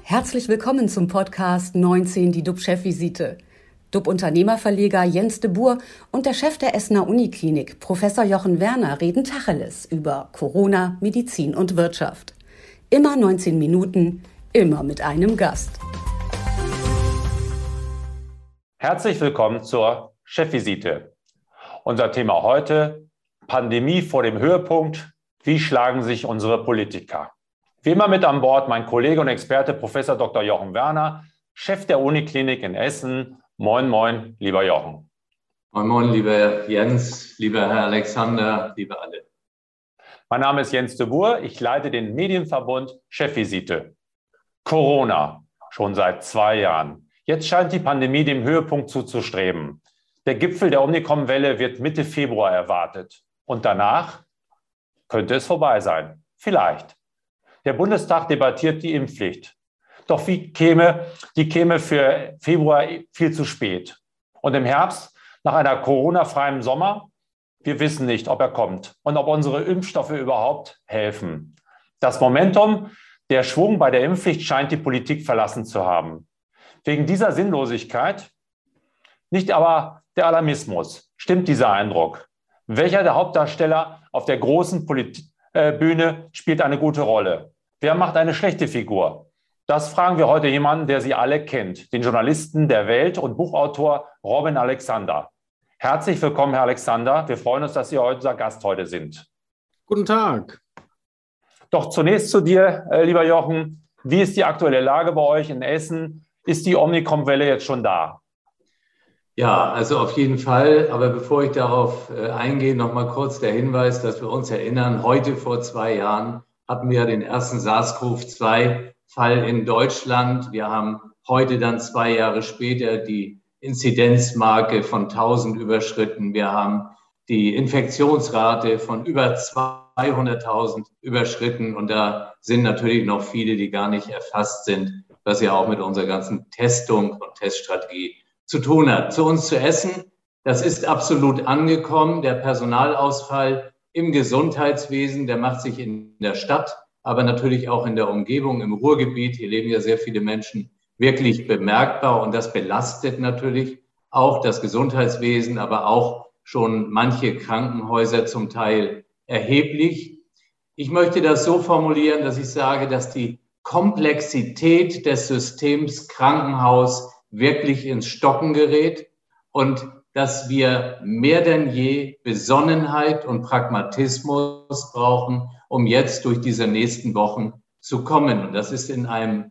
Herzlich willkommen zum Podcast 19, die DUB-Chefvisite. DUB-Unternehmerverleger Jens de Boer und der Chef der Essener Uniklinik, Professor Jochen Werner, reden Tacheles über Corona, Medizin und Wirtschaft. Immer 19 Minuten, immer mit einem Gast. Herzlich willkommen zur Chefvisite. Unser Thema heute: Pandemie vor dem Höhepunkt. Wie schlagen sich unsere Politiker? Wie immer mit an Bord mein Kollege und Experte Professor Dr. Jochen Werner, Chef der Uniklinik in Essen. Moin, moin, lieber Jochen. Moin, moin, lieber Jens, lieber Herr Alexander, liebe alle. Mein Name ist Jens de Boer, ich leite den Medienverbund Chefvisite. Corona, schon seit 2 Jahren. Jetzt scheint die Pandemie dem Höhepunkt zuzustreben. Der Gipfel der Omikron-Welle wird Mitte Februar erwartet. Und danach könnte es vorbei sein. Vielleicht. Der Bundestag debattiert die Impfpflicht. Doch die käme für Februar viel zu spät. Und im Herbst, nach einer Corona-freien Sommer, wir wissen nicht, ob er kommt und ob unsere Impfstoffe überhaupt helfen. Das Momentum, der Schwung bei der Impfpflicht scheint die Politik verlassen zu haben. Wegen dieser Sinnlosigkeit, nicht aber der Alarmismus, stimmt dieser Eindruck. Welcher der Hauptdarsteller auf der großen Bühne spielt eine gute Rolle? Wer macht eine schlechte Figur? Das fragen wir heute jemanden, der Sie alle kennt, den Journalisten der Welt und Buchautor Robin Alexander. Herzlich willkommen, Herr Alexander. Wir freuen uns, dass Sie unser Gast heute sind. Guten Tag. Doch zunächst zu dir, lieber Jochen. Wie ist die aktuelle Lage bei euch in Essen? Ist die Omikron-Welle jetzt schon da? Ja, also auf jeden Fall. Aber bevor ich darauf eingehe, noch mal kurz der Hinweis, dass wir uns erinnern, heute vor 2 Jahren hatten wir den ersten SARS-CoV-2-Fall in Deutschland. Wir haben heute dann 2 Jahre später die Inzidenzmarke von 1000 überschritten. Wir haben die Infektionsrate von über 200.000 überschritten. Und da sind natürlich noch viele, die gar nicht erfasst sind, was ja auch mit unserer ganzen Testung und Teststrategie zu tun hat. Zu uns zu Essen, das ist absolut angekommen. Der Personalausfall im Gesundheitswesen, der macht sich in der Stadt, aber natürlich auch in der Umgebung, im Ruhrgebiet. Hier leben ja sehr viele Menschen, wirklich bemerkbar. Und das belastet natürlich auch das Gesundheitswesen, aber auch schon manche Krankenhäuser zum Teil erheblich. Ich möchte das so formulieren, dass ich sage, dass die Komplexität des Systems Krankenhaus wirklich ins Stocken gerät und dass wir mehr denn je Besonnenheit und Pragmatismus brauchen, um jetzt durch diese nächsten Wochen zu kommen. Und das ist in einem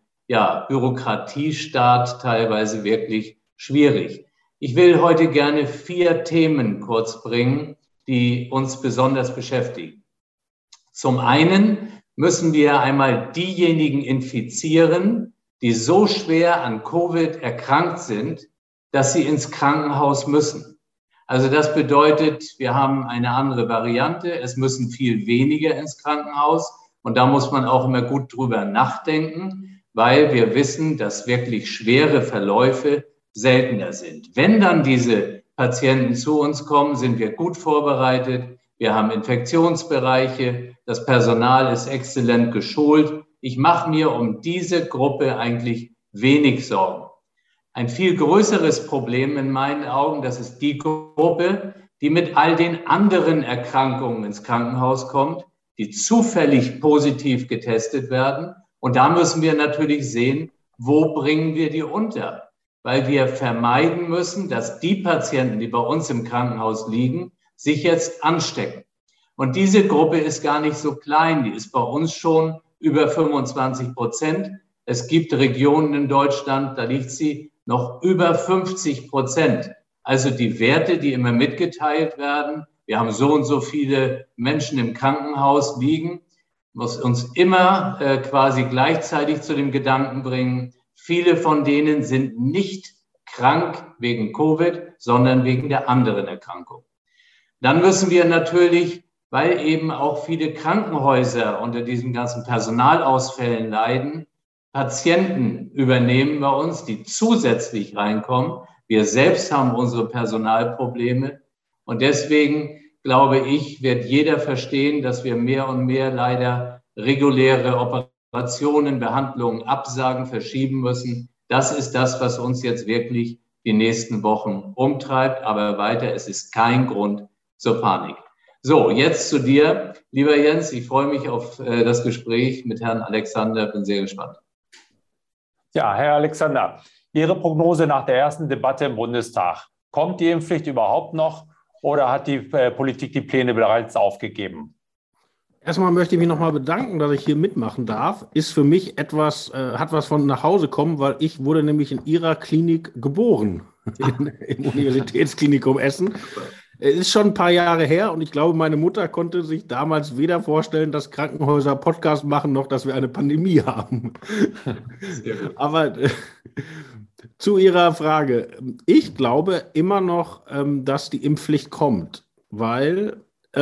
Bürokratiestaat teilweise wirklich schwierig. Ich will heute gerne 4 Themen kurz bringen, die uns besonders beschäftigen. Zum einen müssen wir einmal diejenigen infizieren, die so schwer an Covid erkrankt sind, dass sie ins Krankenhaus müssen. Also das bedeutet, wir haben eine andere Variante. Es müssen viel weniger ins Krankenhaus. Und da muss man auch immer gut drüber nachdenken, weil wir wissen, dass wirklich schwere Verläufe seltener sind. Wenn dann diese Patienten zu uns kommen, sind wir gut vorbereitet. Wir haben Infektionsbereiche. Das Personal ist exzellent geschult. Ich mache mir um diese Gruppe eigentlich wenig Sorgen. Ein viel größeres Problem in meinen Augen, das ist die Gruppe, die mit all den anderen Erkrankungen ins Krankenhaus kommt, die zufällig positiv getestet werden. Und da müssen wir natürlich sehen, wo bringen wir die unter? Weil wir vermeiden müssen, dass die Patienten, die bei uns im Krankenhaus liegen, sich jetzt anstecken. Und diese Gruppe ist gar nicht so klein, die ist bei uns schon über 25%. Es gibt Regionen in Deutschland, da liegt sie noch über 50%. Also die Werte, die immer mitgeteilt werden, wir haben so und so viele Menschen im Krankenhaus liegen, muss uns immer quasi gleichzeitig zu dem Gedanken bringen, viele von denen sind nicht krank wegen Covid, sondern wegen der anderen Erkrankung. Dann müssen wir natürlich, weil eben auch viele Krankenhäuser unter diesen ganzen Personalausfällen leiden, Patienten übernehmen bei uns, die zusätzlich reinkommen. Wir selbst haben unsere Personalprobleme. Und deswegen, glaube ich, wird jeder verstehen, dass wir mehr und mehr leider reguläre Operationen, Behandlungen absagen, verschieben müssen. Das ist das, was uns jetzt wirklich die nächsten Wochen umtreibt. Aber weiter, es ist kein Grund zur Panik. So, jetzt zu dir, lieber Jens. Ich freue mich auf das Gespräch mit Herrn Alexander. Bin sehr gespannt. Ja, Herr Alexander, Ihre Prognose nach der ersten Debatte im Bundestag. Kommt die Impfpflicht überhaupt noch oder hat die Politik die Pläne bereits aufgegeben? Erstmal möchte ich mich nochmal bedanken, dass ich hier mitmachen darf. Ist für mich etwas, hat was von nach Hause kommen, weil ich wurde nämlich in Ihrer Klinik geboren, im Universitätsklinikum Essen. Es ist schon ein paar Jahre her und ich glaube, meine Mutter konnte sich damals weder vorstellen, dass Krankenhäuser Podcast machen, noch dass wir eine Pandemie haben. Aber zu Ihrer Frage. Ich glaube immer noch, dass die Impfpflicht kommt, weil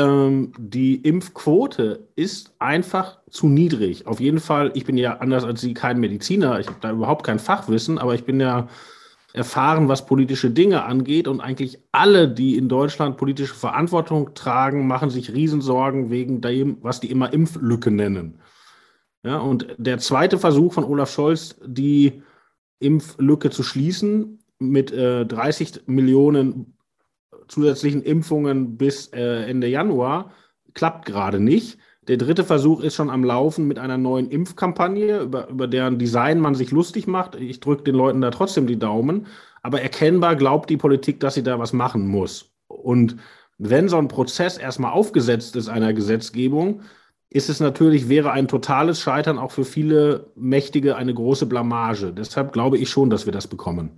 die Impfquote ist einfach zu niedrig. Auf jeden Fall, ich bin ja anders als Sie kein Mediziner, ich habe da überhaupt kein Fachwissen, aber ich bin ja erfahren, was politische Dinge angeht und eigentlich alle, die in Deutschland politische Verantwortung tragen, machen sich Riesensorgen wegen dem, was die immer Impflücke nennen. Ja, und der zweite Versuch von Olaf Scholz, die Impflücke zu schließen mit 30 Millionen zusätzlichen Impfungen bis Ende Januar, klappt gerade nicht. Der dritte Versuch ist schon am Laufen mit einer neuen Impfkampagne, über deren Design man sich lustig macht. Ich drücke den Leuten da trotzdem die Daumen. Aber erkennbar glaubt die Politik, dass sie da was machen muss. Und wenn so ein Prozess erstmal aufgesetzt ist einer Gesetzgebung, ist es natürlich, wäre ein totales Scheitern auch für viele Mächtige eine große Blamage. Deshalb glaube ich schon, dass wir das bekommen.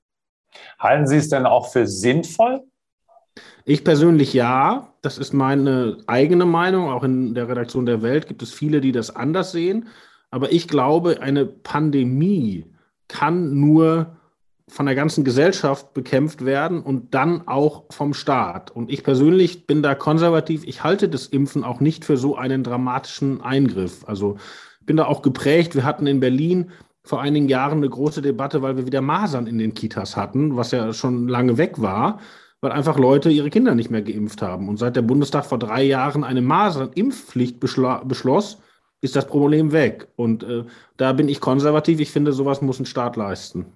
Halten Sie es denn auch für sinnvoll? Ich persönlich ja, das ist meine eigene Meinung. Auch in der Redaktion der Welt gibt es viele, die das anders sehen. Aber ich glaube, eine Pandemie kann nur von der ganzen Gesellschaft bekämpft werden und dann auch vom Staat. Und ich persönlich bin da konservativ. Ich halte das Impfen auch nicht für so einen dramatischen Eingriff. Also ich bin da auch geprägt. Wir hatten in Berlin vor einigen Jahren eine große Debatte, weil wir wieder Masern in den Kitas hatten, was ja schon lange weg war, weil einfach Leute ihre Kinder nicht mehr geimpft haben. Und seit der Bundestag vor 3 Jahren eine Masernimpfpflicht beschloss, ist das Problem weg. Und da bin ich konservativ. Ich finde, sowas muss ein Staat leisten.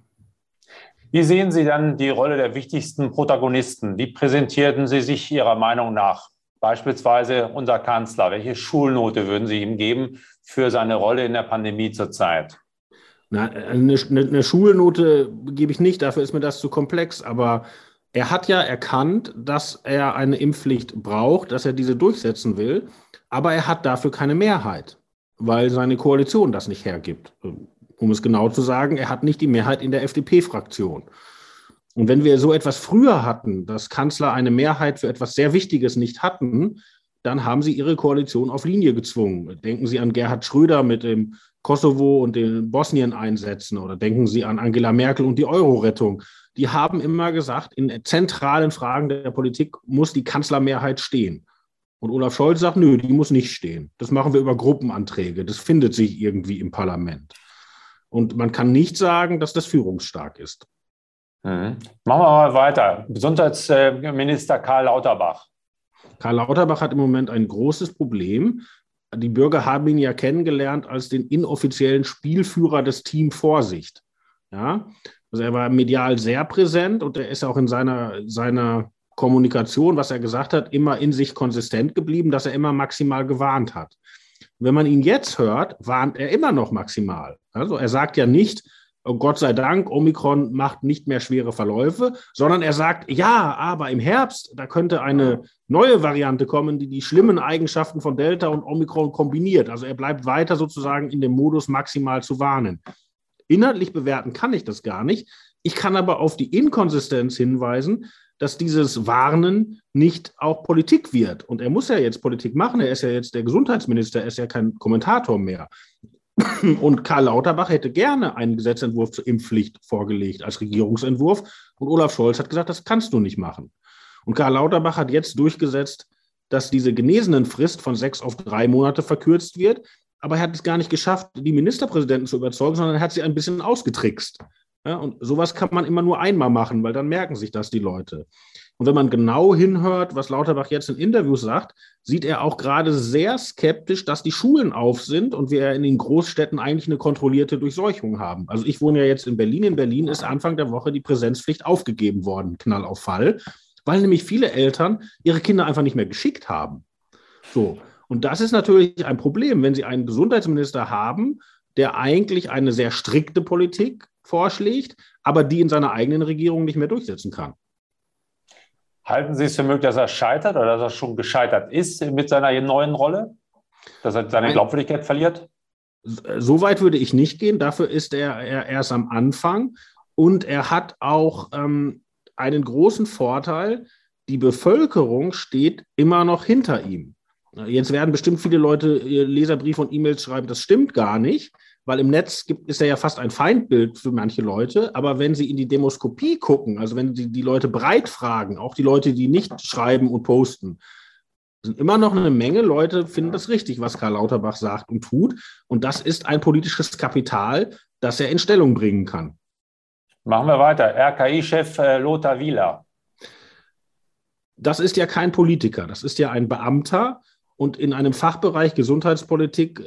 Wie sehen Sie dann die Rolle der wichtigsten Protagonisten? Wie präsentierten Sie sich Ihrer Meinung nach? Beispielsweise unser Kanzler. Welche Schulnote würden Sie ihm geben für seine Rolle in der Pandemie zurzeit? Na, eine Schulnote gebe ich nicht, dafür ist mir das zu komplex. Aber er hat ja erkannt, dass er eine Impfpflicht braucht, dass er diese durchsetzen will. Aber er hat dafür keine Mehrheit, weil seine Koalition das nicht hergibt. Um es genau zu sagen, er hat nicht die Mehrheit in der FDP-Fraktion. Und wenn wir so etwas früher hatten, dass Kanzler eine Mehrheit für etwas sehr Wichtiges nicht hatten, dann haben sie ihre Koalition auf Linie gezwungen. Denken Sie an Gerhard Schröder mit dem Kosovo und den Bosnien-Einsätzen oder denken Sie an Angela Merkel und die Euro-Rettung. Die haben immer gesagt, in zentralen Fragen der Politik muss die Kanzlermehrheit stehen. Und Olaf Scholz sagt, nö, die muss nicht stehen. Das machen wir über Gruppenanträge. Das findet sich irgendwie im Parlament. Und man kann nicht sagen, dass das führungsstark ist. Machen wir mal weiter. Gesundheitsminister Karl Lauterbach. Karl Lauterbach hat im Moment ein großes Problem. Die Bürger haben ihn ja kennengelernt als den inoffiziellen Spielführer des Team Vorsicht. Ja? Also er war medial sehr präsent und er ist auch in seiner Kommunikation, was er gesagt hat, immer in sich konsistent geblieben, dass er immer maximal gewarnt hat. Wenn man ihn jetzt hört, warnt er immer noch maximal. Also er sagt ja nicht, oh Gott sei Dank, Omikron macht nicht mehr schwere Verläufe, sondern er sagt, ja, aber im Herbst, da könnte eine neue Variante kommen, die die schlimmen Eigenschaften von Delta und Omikron kombiniert. Also er bleibt weiter sozusagen in dem Modus maximal zu warnen. Inhaltlich bewerten kann ich das gar nicht. Ich kann aber auf die Inkonsistenz hinweisen, dass dieses Warnen nicht auch Politik wird. Und er muss ja jetzt Politik machen. Er ist ja jetzt der Gesundheitsminister, er ist ja kein Kommentator mehr. Und Karl Lauterbach hätte gerne einen Gesetzentwurf zur Impfpflicht vorgelegt als Regierungsentwurf. Und Olaf Scholz hat gesagt, das kannst du nicht machen. Und Karl Lauterbach hat jetzt durchgesetzt, dass diese Genesenenfrist von 6 auf 3 Monate verkürzt wird. Aber er hat es gar nicht geschafft, die Ministerpräsidenten zu überzeugen, sondern er hat sie ein bisschen ausgetrickst. Ja, und sowas kann man immer nur einmal machen, weil dann merken sich das die Leute. Und wenn man genau hinhört, was Lauterbach jetzt in Interviews sagt, sieht er auch gerade sehr skeptisch, dass die Schulen auf sind und wir in den Großstädten eigentlich eine kontrollierte Durchseuchung haben. Also ich wohne ja jetzt in Berlin. In Berlin ist Anfang der Woche die Präsenzpflicht aufgegeben worden, Knall auf Fall, weil nämlich viele Eltern ihre Kinder einfach nicht mehr geschickt haben. So. Und das ist natürlich ein Problem, wenn Sie einen Gesundheitsminister haben, der eigentlich eine sehr strikte Politik vorschlägt, aber die in seiner eigenen Regierung nicht mehr durchsetzen kann. Halten Sie es für möglich, dass er scheitert oder dass er schon gescheitert ist mit seiner neuen Rolle? Dass er seine Glaubwürdigkeit verliert? So weit würde ich nicht gehen. Dafür ist er erst am Anfang. Und er hat auch einen großen Vorteil. Die Bevölkerung steht immer noch hinter ihm. Jetzt werden bestimmt viele Leute Leserbriefe und E-Mails schreiben, das stimmt gar nicht, weil im Netz ist er ja fast ein Feindbild für manche Leute. Aber wenn Sie in die Demoskopie gucken, also wenn Sie die Leute breit fragen, auch die Leute, die nicht schreiben und posten, sind immer noch eine Menge Leute, finden das richtig, was Karl Lauterbach sagt und tut. Und das ist ein politisches Kapital, das er in Stellung bringen kann. Machen wir weiter. RKI-Chef Lothar Wieler. Das ist ja kein Politiker, das ist ja ein Beamter und in einem Fachbereich Gesundheitspolitik,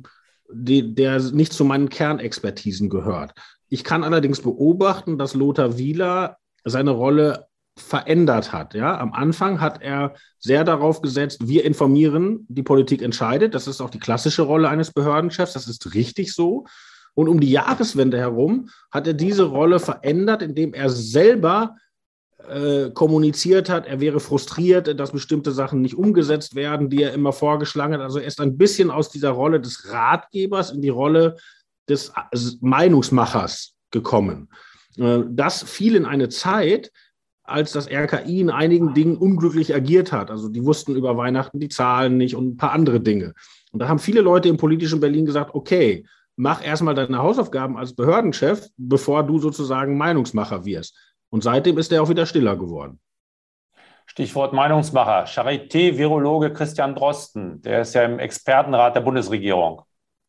der nicht zu meinen Kernexpertisen gehört. Ich kann allerdings beobachten, dass Lothar Wieler seine Rolle verändert hat. Ja? Am Anfang hat er sehr darauf gesetzt, wir informieren, die Politik entscheidet. Das ist auch die klassische Rolle eines Behördenchefs, das ist richtig so. Und um die Jahreswende herum hat er diese Rolle verändert, indem er selber kommuniziert hat, er wäre frustriert, dass bestimmte Sachen nicht umgesetzt werden, die er immer vorgeschlagen hat. Also er ist ein bisschen aus dieser Rolle des Ratgebers in die Rolle des Meinungsmachers gekommen. Das fiel in eine Zeit, als das RKI in einigen Dingen unglücklich agiert hat. Also die wussten über Weihnachten die Zahlen nicht und ein paar andere Dinge. Und da haben viele Leute im politischen Berlin gesagt, okay, mach erstmal deine Hausaufgaben als Behördenchef, bevor du sozusagen Meinungsmacher wirst. Und seitdem ist er auch wieder stiller geworden. Stichwort Meinungsmacher. Charité-Virologe Christian Drosten, der ist ja im Expertenrat der Bundesregierung.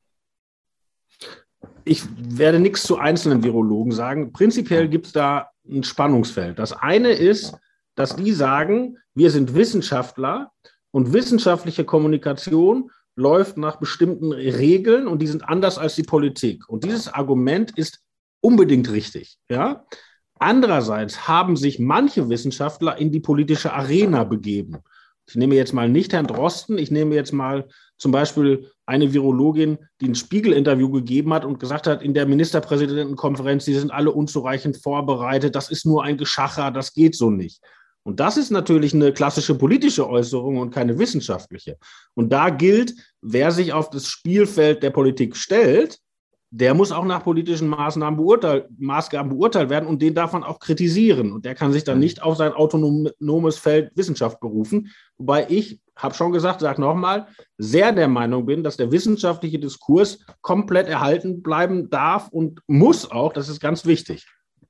Ich werde nichts zu einzelnen Virologen sagen. Prinzipiell gibt es da ein Spannungsfeld. Das eine ist, dass die sagen, wir sind Wissenschaftler und wissenschaftliche Kommunikation läuft nach bestimmten Regeln und die sind anders als die Politik. Und dieses Argument ist unbedingt richtig, ja. Andererseits haben sich manche Wissenschaftler in die politische Arena begeben. Ich nehme jetzt mal nicht Herrn Drosten, ich nehme jetzt mal zum Beispiel eine Virologin, die ein Spiegel-Interview gegeben hat und gesagt hat, in der Ministerpräsidentenkonferenz, die sind alle unzureichend vorbereitet, das ist nur ein Geschacher, das geht so nicht. Und das ist natürlich eine klassische politische Äußerung und keine wissenschaftliche. Und da gilt, wer sich auf das Spielfeld der Politik stellt, der muss auch nach politischen Maßgaben beurteilt werden und den darf man auch kritisieren. Und der kann sich dann nicht auf sein autonomes Feld Wissenschaft berufen. Wobei ich, habe schon gesagt, sage nochmal, sehr der Meinung bin, dass der wissenschaftliche Diskurs komplett erhalten bleiben darf und muss auch. Das ist ganz wichtig.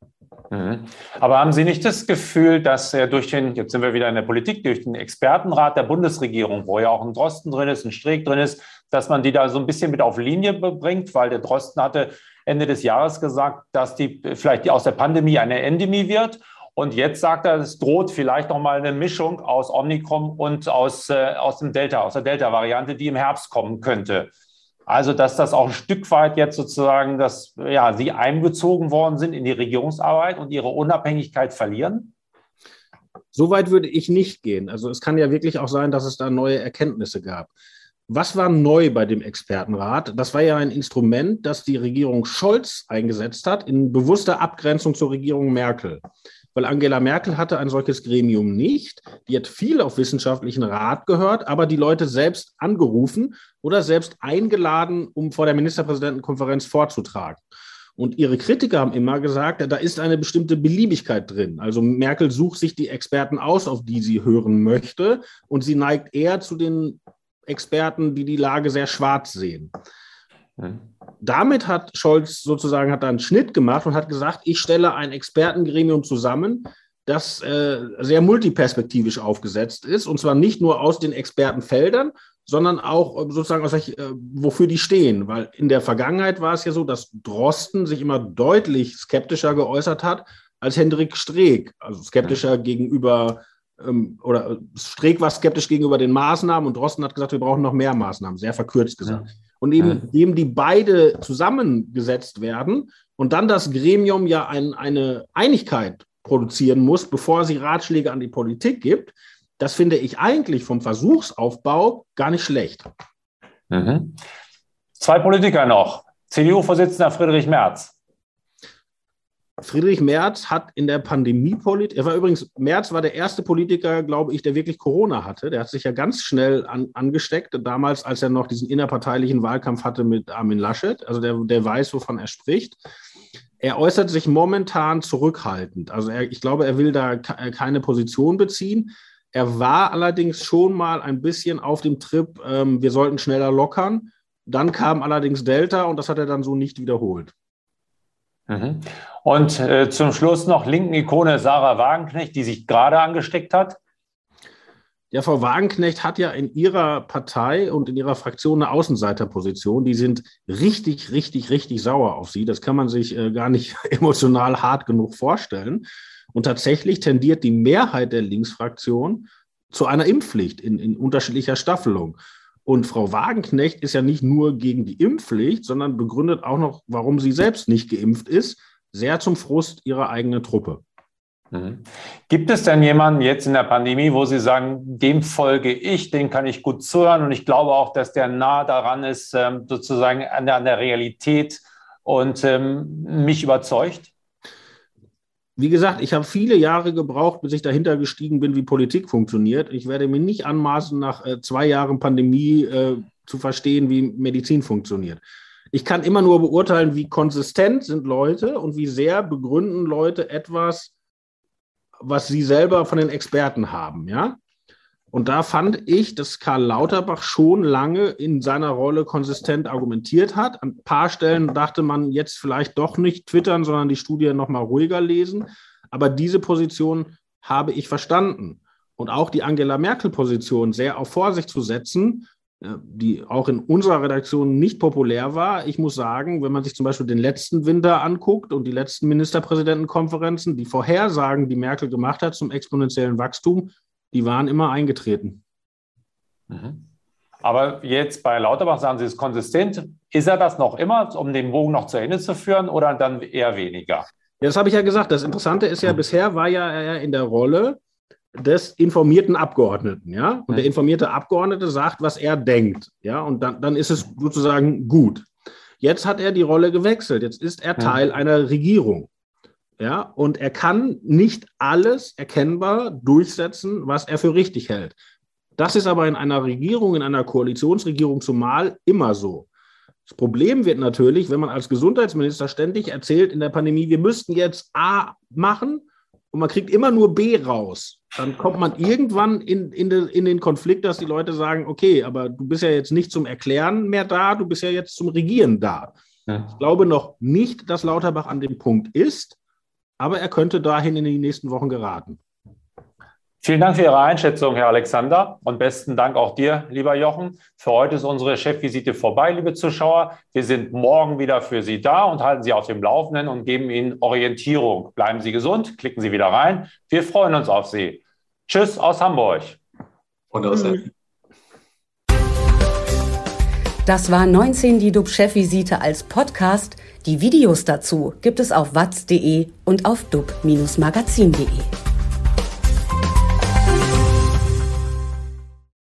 Aber haben Sie nicht das Gefühl, dass durch den, jetzt sind wir wieder in der Politik, durch den Expertenrat der Bundesregierung, wo ja auch ein Drosten drin ist, ein Streeck drin ist, dass man die da so ein bisschen mit auf Linie bringt, weil der Drosten hatte Ende des Jahres gesagt, dass die vielleicht aus der Pandemie eine Endemie wird. Und jetzt sagt er, es droht vielleicht noch mal eine Mischung aus Omikron und aus der Delta-Variante, die im Herbst kommen könnte. Also, dass das auch ein Stück weit jetzt sozusagen, dass ja, Sie einbezogen worden sind in die Regierungsarbeit und Ihre Unabhängigkeit verlieren? So weit würde ich nicht gehen. Also es kann ja wirklich auch sein, dass es da neue Erkenntnisse gab. Was war neu bei dem Expertenrat? Das war ja ein Instrument, das die Regierung Scholz eingesetzt hat, in bewusster Abgrenzung zur Regierung Merkel. Weil Angela Merkel hatte ein solches Gremium nicht. Die hat viel auf wissenschaftlichen Rat gehört, aber die Leute selbst angerufen oder selbst eingeladen, um vor der Ministerpräsidentenkonferenz vorzutragen. Und ihre Kritiker haben immer gesagt, da ist eine bestimmte Beliebigkeit drin. Also Merkel sucht sich die Experten aus, auf die sie hören möchte, und sie neigt eher zu den Experten, die die Lage sehr schwarz sehen. Damit hat Scholz sozusagen einen Schnitt gemacht und hat gesagt, ich stelle ein Expertengremium zusammen, das sehr multiperspektivisch aufgesetzt ist, und zwar nicht nur aus den Expertenfeldern, sondern auch sozusagen wofür die stehen. Weil in der Vergangenheit war es ja so, dass Drosten sich immer deutlich skeptischer geäußert hat als Hendrik Streeck, also skeptischer gegenüber, oder Streeck war skeptisch gegenüber den Maßnahmen und Drosten hat gesagt, wir brauchen noch mehr Maßnahmen, sehr verkürzt gesagt. Und eben, indem die beide zusammengesetzt werden und dann das Gremium ja eine Einigkeit produzieren muss, bevor sie Ratschläge an die Politik gibt, das finde ich eigentlich vom Versuchsaufbau gar nicht schlecht. Mhm. 2 Politiker noch. CDU-Vorsitzender Friedrich Merz. Friedrich Merz hat in der Pandemiepolitik, Merz war der erste Politiker, glaube ich, der wirklich Corona hatte. Der hat sich ja ganz schnell angesteckt, damals, als er noch diesen innerparteilichen Wahlkampf hatte mit Armin Laschet. Also der weiß, wovon er spricht. Er äußert sich momentan zurückhaltend. Also ich glaube, er will da keine Position beziehen. Er war allerdings schon mal ein bisschen auf dem Trip, wir sollten schneller lockern. Dann kam allerdings Delta und das hat er dann so nicht wiederholt. Und zum Schluss noch Linken-Ikone Sarah Wagenknecht, die sich gerade angesteckt hat. Ja, Frau Wagenknecht hat ja in ihrer Partei und in ihrer Fraktion eine Außenseiterposition. Die sind richtig, richtig, richtig sauer auf sie. Das kann man sich gar nicht emotional hart genug vorstellen. Und tatsächlich tendiert die Mehrheit der Linksfraktion zu einer Impfpflicht in unterschiedlicher Staffelung. Und Frau Wagenknecht ist ja nicht nur gegen die Impfpflicht, sondern begründet auch noch, warum sie selbst nicht geimpft ist, sehr zum Frust ihrer eigenen Truppe. Gibt es denn jemanden jetzt in der Pandemie, wo Sie sagen, dem folge ich, den kann ich gut zuhören und ich glaube auch, dass der nah daran ist, sozusagen an der Realität und mich überzeugt? Wie gesagt, ich habe viele Jahre gebraucht, bis ich dahinter gestiegen bin, wie Politik funktioniert. Ich werde mir nicht anmaßen, nach 2 Jahren Pandemie zu verstehen, wie Medizin funktioniert. Ich kann immer nur beurteilen, wie konsistent sind Leute und wie sehr begründen Leute etwas, was sie selber von den Experten haben. Ja? Und da fand ich, dass Karl Lauterbach schon lange in seiner Rolle konsistent argumentiert hat. An ein paar Stellen dachte man jetzt vielleicht doch nicht twittern, sondern die Studie noch mal ruhiger lesen. Aber diese Position habe ich verstanden. Und auch die Angela Merkel-Position sehr auf Vorsicht zu setzen, die auch in unserer Redaktion nicht populär war. Ich muss sagen, wenn man sich zum Beispiel den letzten Winter anguckt und die letzten Ministerpräsidentenkonferenzen, die Vorhersagen, die Merkel gemacht hat zum exponentiellen Wachstum, die waren immer eingetreten. Aber jetzt bei Lauterbach sagen Sie, es ist konsistent. Ist er das noch immer, um den Bogen noch zu Ende zu führen oder dann eher weniger? Ja, das habe ich ja gesagt. Das Interessante ist ja, bisher war ja er in der Rolle des informierten Abgeordneten. Ja? Und der informierte Abgeordnete sagt, was er denkt. Ja? Und dann ist es sozusagen gut. Jetzt hat er die Rolle gewechselt. Jetzt ist er Teil einer Regierung. Ja, und er kann nicht alles erkennbar durchsetzen, was er für richtig hält. Das ist aber in einer Regierung, in einer Koalitionsregierung zumal immer so. Das Problem wird natürlich, wenn man als Gesundheitsminister ständig erzählt in der Pandemie, wir müssten jetzt A machen und man kriegt immer nur B raus. Dann kommt man irgendwann in den Konflikt, dass die Leute sagen, okay, aber du bist ja jetzt nicht zum Erklären mehr da, du bist ja jetzt zum Regieren da. Ja. Ich glaube noch nicht, dass Lauterbach an dem Punkt ist, aber er könnte dahin in den nächsten Wochen geraten. Vielen Dank für Ihre Einschätzung, Herr Alexander. Und besten Dank auch dir, lieber Jochen. Für heute ist unsere Chefvisite vorbei, liebe Zuschauer. Wir sind morgen wieder für Sie da und halten Sie auf dem Laufenden und geben Ihnen Orientierung. Bleiben Sie gesund, klicken Sie wieder rein. Wir freuen uns auf Sie. Tschüss aus Hamburg. Und aus Hessen. Das war 19 die DUB-Chefvisite als Podcast. Die Videos dazu gibt es auf watz.de und auf dub-magazin.de.